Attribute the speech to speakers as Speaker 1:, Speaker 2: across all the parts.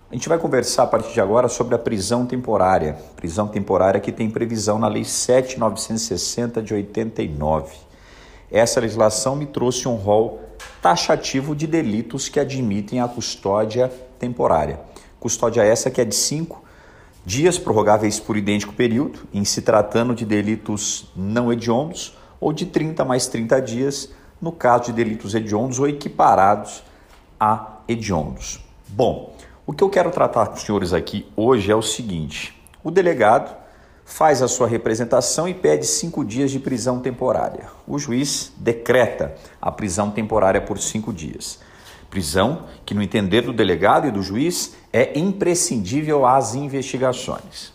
Speaker 1: A gente vai conversar a partir de agora sobre a prisão temporária. Prisão temporária que tem previsão na Lei 7.960 de 89. Essa legislação me trouxe um rol taxativo de delitos que admitem a custódia temporária. Custódia essa que é de 5 dias prorrogáveis por idêntico período, em se tratando de delitos não hediondos, ou de 30 mais 30 dias, no caso de delitos hediondos ou equiparados a hediondos. Bom, o que eu quero tratar com os senhores aqui hoje é o seguinte: o delegado faz a sua representação e pede 5 dias de prisão temporária. O juiz decreta a prisão temporária por 5 dias. Prisão que, no entender do delegado e do juiz, é imprescindível às investigações.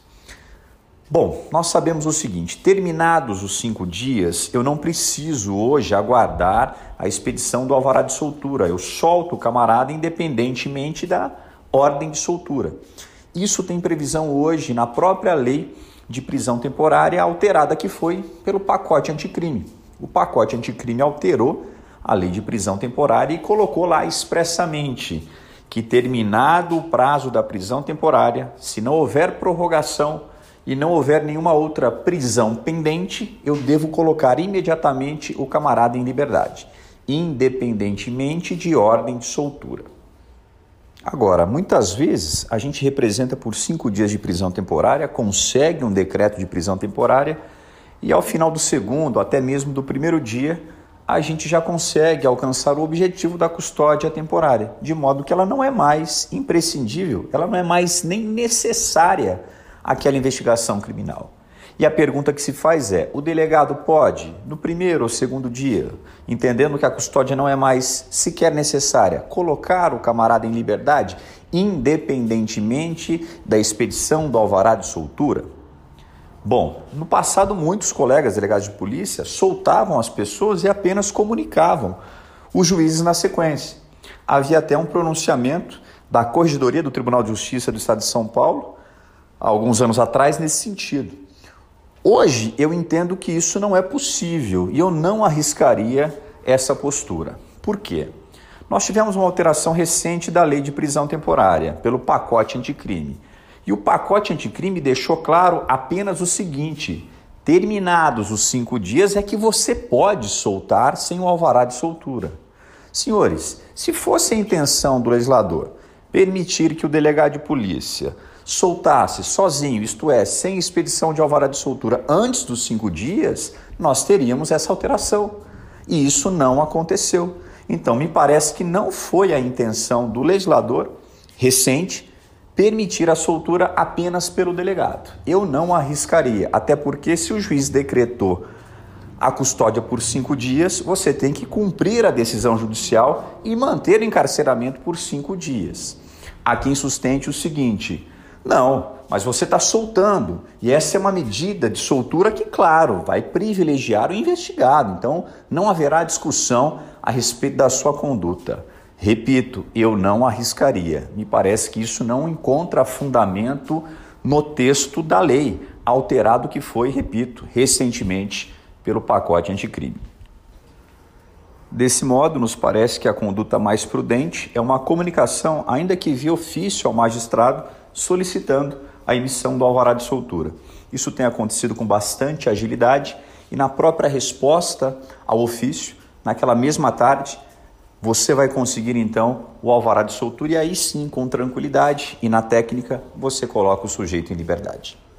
Speaker 1: Bom, nós sabemos o seguinte: terminados os 5 dias, eu não preciso hoje aguardar a expedição do alvará de soltura. Eu solto o camarada independentemente da ordem de soltura. Isso tem previsão hoje na própria lei de prisão temporária alterada que foi pelo pacote anticrime. O pacote anticrime alterou a lei de prisão temporária e colocou lá expressamente que, terminado o prazo da prisão temporária, se não houver prorrogação e não houver nenhuma outra prisão pendente, eu devo colocar imediatamente o camarada em liberdade, independentemente de ordem de soltura. Agora, muitas vezes a gente representa por 5 dias de prisão temporária, consegue um decreto de prisão temporária e ao final do segundo, até mesmo do primeiro dia, a gente já consegue alcançar o objetivo da custódia temporária, de modo que ela não é mais imprescindível, ela não é mais nem necessária àquela investigação criminal. E a pergunta que se faz é: o delegado pode, no primeiro ou segundo dia, entendendo que a custódia não é mais sequer necessária, colocar o camarada em liberdade, independentemente da expedição do alvará de soltura? Bom, no passado muitos colegas delegados de polícia soltavam as pessoas e apenas comunicavam os juízes na sequência. Havia até um pronunciamento da Corregedoria do Tribunal de Justiça do Estado de São Paulo, há alguns anos atrás, nesse sentido. Hoje eu entendo que isso não é possível e eu não arriscaria essa postura. Por quê? Nós tivemos uma alteração recente da lei de prisão temporária pelo pacote anticrime. E o pacote anticrime deixou claro apenas o seguinte: terminados os 5 dias é que você pode soltar sem o alvará de soltura. Senhores, se fosse a intenção do legislador permitir que o delegado de polícia soltasse sozinho, isto é, sem expedição de alvará de soltura antes dos 5 dias, nós teríamos essa alteração. E isso não aconteceu. Então, me parece que não foi a intenção do legislador recente permitir a soltura apenas pelo delegado. Eu não arriscaria, até porque se o juiz decretou a custódia por 5 dias, você tem que cumprir a decisão judicial e manter o encarceramento por 5 dias. Há quem sustente o seguinte: não, mas você está soltando, e essa é uma medida de soltura que, claro, vai privilegiar o investigado, então não haverá discussão a respeito da sua conduta. Repito, eu não arriscaria. Me parece que isso não encontra fundamento no texto da lei, alterado que foi, repito, recentemente pelo pacote anticrime. Desse modo, nos parece que a conduta mais prudente é uma comunicação, ainda que via ofício ao magistrado, solicitando a emissão do alvará de soltura. Isso tem acontecido com bastante agilidade e na própria resposta ao ofício, naquela mesma tarde, você vai conseguir então o alvará de soltura e aí sim, com tranquilidade e na técnica, você coloca o sujeito em liberdade.